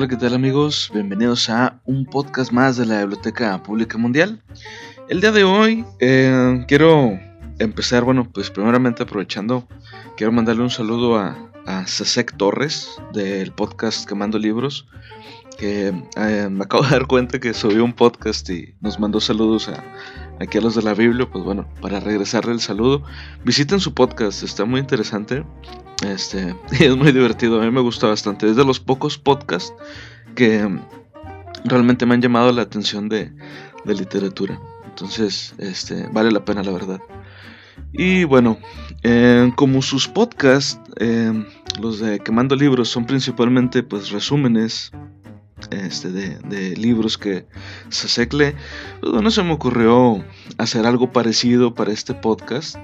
Hola, ¿qué tal amigos? Bienvenidos a un podcast más de la Biblioteca Pública Mundial. El día de hoy quiero empezar, pues primeramente aprovechando, quiero mandarle un saludo a Sasek Torres del podcast Quemando Libros, que me acabo de dar cuenta que subió un podcast y nos mandó saludos aquí a los de la Biblia. Pues bueno, para regresarle el saludo, visiten su podcast, está muy interesante. Y es muy divertido, a mí me gusta bastante. Es de los pocos podcasts que realmente me han llamado la atención de literatura. Entonces, vale la pena, la verdad. Y bueno, como sus podcasts, los de Quemando Libros, son principalmente pues resúmenes de libros que Sasek lee, pues bueno, se me ocurrió hacer algo parecido para este podcast.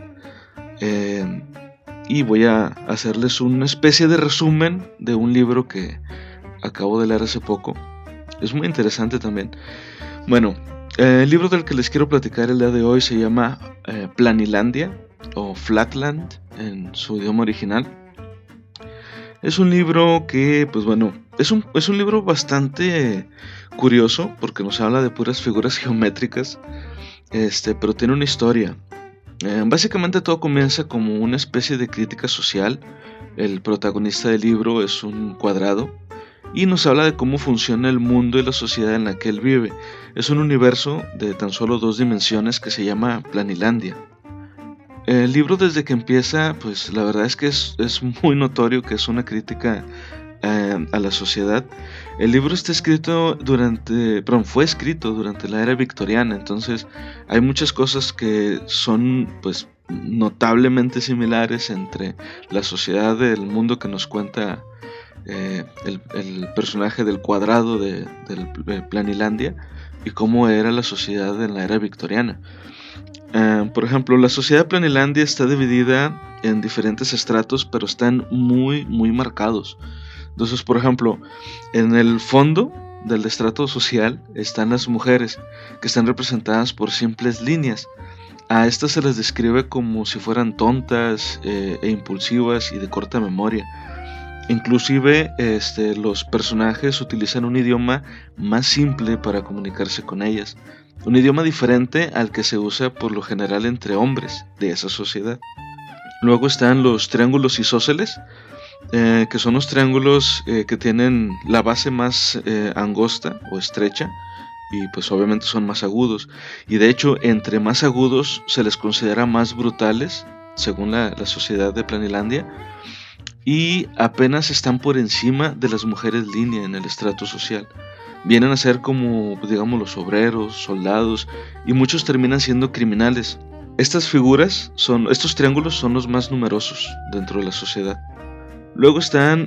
Y voy a hacerles una especie de resumen de un libro que acabo de leer hace poco. Es muy interesante también. Bueno, el libro del que les quiero platicar el día de hoy se llama Planilandia o Flatland en su idioma original. Es un libro que, pues bueno, es un libro bastante curioso porque nos habla de puras figuras geométricas, pero tiene una historia. Básicamente todo comienza como una especie de crítica social. El protagonista del libro es un cuadrado y nos habla de cómo funciona el mundo y la sociedad en la que él vive. Es un universo de tan solo 2 dimensiones que se llama Planilandia. El libro, desde que empieza, pues la verdad es que es muy notorio que es una crítica a la sociedad. El libro está escrito fue escrito durante la era victoriana, entonces hay muchas cosas que son pues notablemente similares entre la sociedad del mundo que nos cuenta el personaje del cuadrado de Planilandia y cómo era la sociedad en la era victoriana. Por ejemplo, la sociedad de Planilandia está dividida en diferentes estratos, pero están muy marcados. Entonces, por ejemplo, en el fondo del estrato social están las mujeres, que están representadas por simples líneas. A estas se les describe como si fueran tontas e impulsivas y de corta memoria. Inclusive los personajes utilizan un idioma más simple para comunicarse con ellas, un idioma diferente al que se usa por lo general entre hombres de esa sociedad. Luego están los triángulos isósceles, que son los triángulos que tienen la base más angosta o estrecha, y pues obviamente son más agudos, y de hecho entre más agudos se les considera más brutales según la sociedad de Planilandia, y apenas están por encima de las mujeres línea en el estrato social. Vienen a ser como, digamos, los obreros, soldados, y muchos terminan siendo criminales. Estos triángulos son los más numerosos dentro de la sociedad. Luego están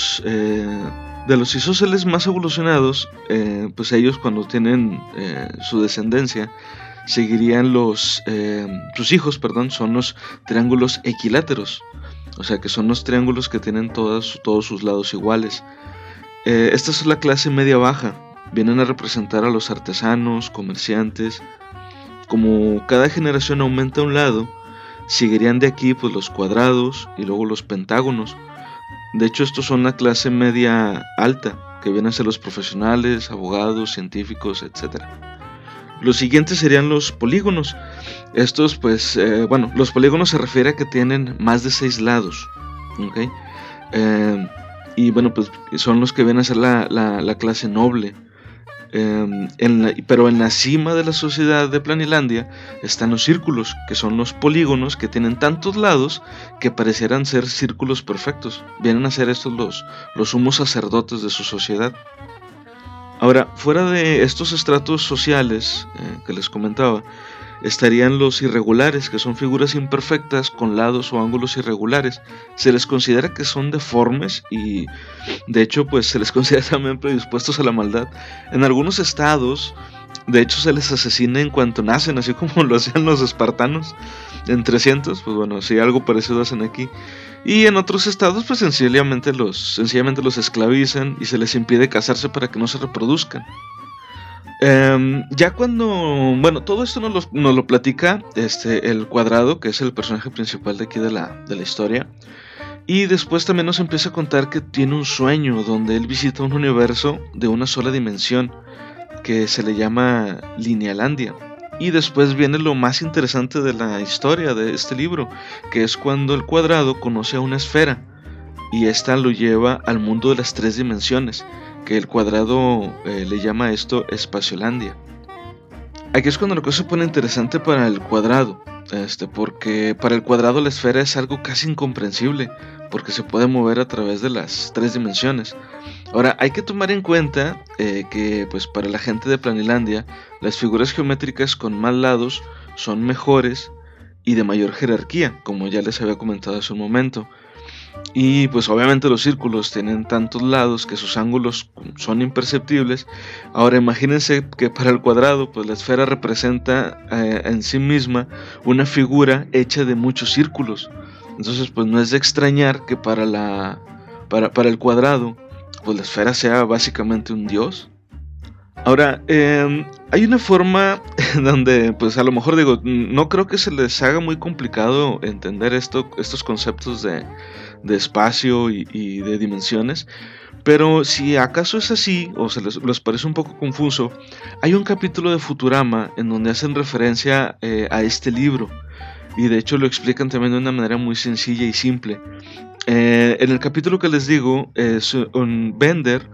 de los isósceles más evolucionados, pues ellos cuando tienen su descendencia, seguirían sus hijos, son los triángulos equiláteros, o sea que son los triángulos que tienen todos sus lados iguales. Esta es la clase media baja, vienen a representar a los artesanos, comerciantes. Como cada generación aumenta un lado, seguirían de aquí pues los cuadrados y luego los pentágonos. De hecho, estos son la clase media alta, que vienen a ser los profesionales, abogados, científicos, etc. Los siguientes serían los polígonos. Estos, pues, los polígonos se refiere a que tienen más de 6 lados, ¿okay? Y bueno, pues son los que vienen a ser la clase noble. Pero en la cima de la sociedad de Planilandia están los círculos, que son los polígonos que tienen tantos lados que parecieran ser círculos perfectos. Vienen a ser estos los sumos sacerdotes de su sociedad. Ahora, fuera de estos estratos sociales que les comentaba, estarían los irregulares, que son figuras imperfectas con lados o ángulos irregulares. Se les considera que son deformes y de hecho pues se les considera también predispuestos a la maldad. En algunos estados de hecho se les asesina en cuanto nacen, así como lo hacían los espartanos en 300. Pues bueno, sí, algo parecido hacen aquí. Y en otros estados pues sencillamente los esclavizan y se les impide casarse para que no se reproduzcan. Ya cuando, todo esto nos lo platica el cuadrado, que es el personaje principal de aquí de la historia. Y después también nos empieza a contar que tiene un sueño donde él visita un universo de una sola dimensión que se le llama Linealandia. Y después viene lo más interesante de la historia de este libro, que es cuando el Cuadrado conoce a una esfera y esta lo lleva al mundo de las 3 dimensiones, que el Cuadrado le llama a esto Espaciolandia. Aquí es cuando la cosa se pone interesante para el Cuadrado, porque para el Cuadrado la esfera es algo casi incomprensible, porque se puede mover a través de las 3 dimensiones. Ahora, hay que tomar en cuenta que pues para la gente de Planilandia, las figuras geométricas con más lados son mejores y de mayor jerarquía, como ya les había comentado hace un momento. Y pues obviamente los círculos tienen tantos lados que sus ángulos son imperceptibles. Ahora imagínense que para el Cuadrado pues la esfera representa en sí misma una figura hecha de muchos círculos. Entonces pues no es de extrañar que para el Cuadrado pues la esfera sea básicamente un dios. Ahora, hay una forma donde, pues a lo mejor digo, no creo que se les haga muy complicado entender estos conceptos de espacio y de dimensiones, pero si acaso es así, o se les parece un poco confuso, hay un capítulo de Futurama en donde hacen referencia a este libro, y de hecho lo explican también de una manera muy sencilla y simple. En el capítulo que les digo, un Bender,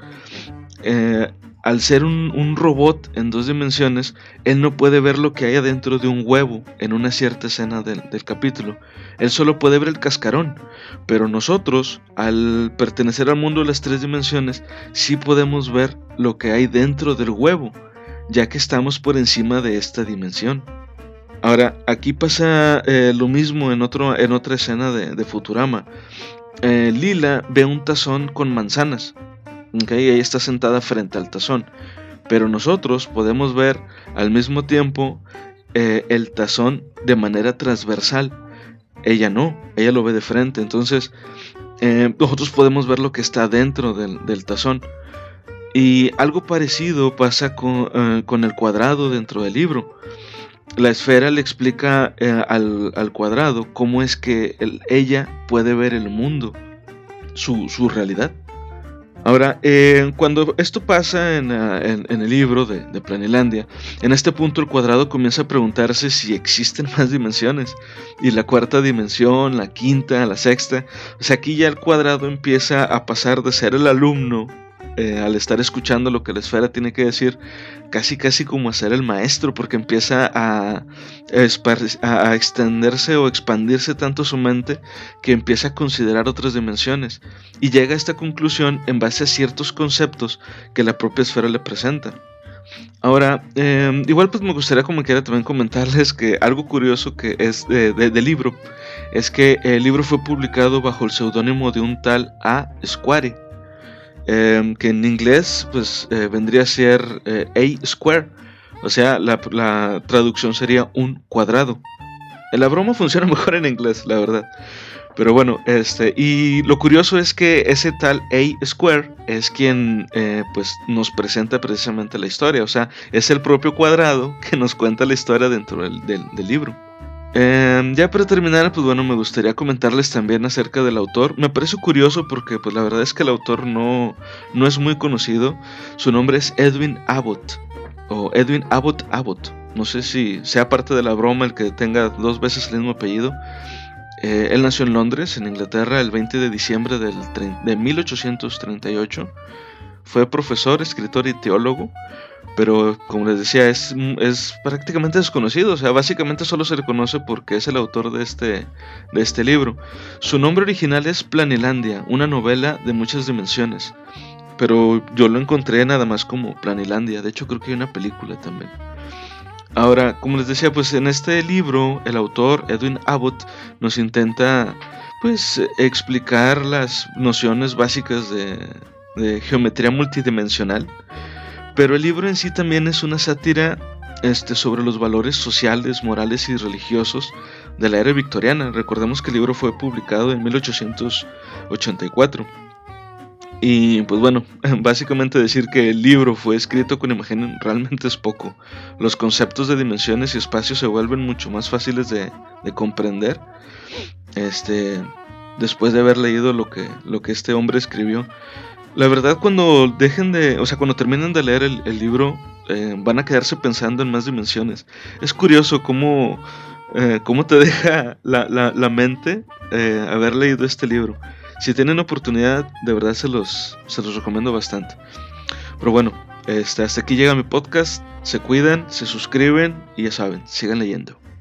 al ser un robot en 2 dimensiones, él no puede ver lo que hay adentro de un huevo en una cierta escena del capítulo. Él solo puede ver el cascarón, pero nosotros, al pertenecer al mundo de las 3 dimensiones, sí podemos ver lo que hay dentro del huevo, ya que estamos por encima de esta dimensión. Ahora, aquí pasa lo mismo en otra escena de Futurama. Lila ve un tazón con manzanas. Okay, ella está sentada frente al tazón, pero nosotros podemos ver al mismo tiempo el tazón de manera transversal. Ella no, ella lo ve de frente. Entonces nosotros podemos ver lo que está dentro del tazón. Y algo parecido pasa con el Cuadrado dentro del libro. La esfera le explica al Cuadrado cómo es que ella puede ver el mundo, su realidad. Ahora, cuando esto pasa en el libro de Planilandia, en este punto el Cuadrado comienza a preguntarse si existen más dimensiones, y la 4ª dimensión, la 5ª, la 6ª. O sea, aquí ya el Cuadrado empieza a pasar de ser el alumno, al estar escuchando lo que la esfera tiene que decir, casi como a ser el maestro, porque empieza a extenderse o expandirse tanto su mente que empieza a considerar otras dimensiones y llega a esta conclusión en base a ciertos conceptos que la propia esfera le presenta. Ahora, igual pues me gustaría como quiera también comentarles que algo curioso que es del libro es que el libro fue publicado bajo el seudónimo de un tal A. Square, que en inglés pues vendría a ser A Square, o sea la traducción sería un cuadrado. La broma funciona mejor en inglés, la verdad. Pero bueno, y lo curioso es que ese tal A Square es quien pues nos presenta precisamente la historia, o sea, es el propio Cuadrado que nos cuenta la historia dentro del libro. Ya para terminar, pues bueno, me gustaría comentarles también acerca del autor. Me parece curioso porque pues la verdad es que el autor no es muy conocido. Su nombre es Edwin Abbott, o Edwin Abbott Abbott. No sé si sea parte de la broma el que tenga 2 veces el mismo apellido. Él nació en Londres, en Inglaterra, el 20 de diciembre de 1838. Fue profesor, escritor y teólogo, pero como les decía, es prácticamente desconocido. O sea, básicamente solo se le conoce porque es el autor de este libro. Su nombre original es Planilandia, una novela de muchas dimensiones, pero yo lo encontré nada más como Planilandia. De hecho, creo que hay una película también. Ahora, como les decía, pues en este libro el autor Edwin Abbott nos intenta pues explicar las nociones básicas de geometría multidimensional, pero el libro en sí también es una sátira sobre los valores sociales, morales y religiosos de la era victoriana. Recordemos que el libro fue publicado en 1884. Y pues bueno, básicamente decir que el libro fue escrito con imagen realmente es poco. Los conceptos de dimensiones y espacios se vuelven mucho más fáciles de comprender. después de haber leído lo que este hombre escribió. La verdad, cuando cuando terminen de leer el libro, van a quedarse pensando en más dimensiones. Es curioso cómo te deja la mente haber leído este libro. Si tienen oportunidad, de verdad se los recomiendo bastante. Pero bueno, hasta aquí llega mi podcast. Se cuidan, se suscriben y ya saben, sigan leyendo.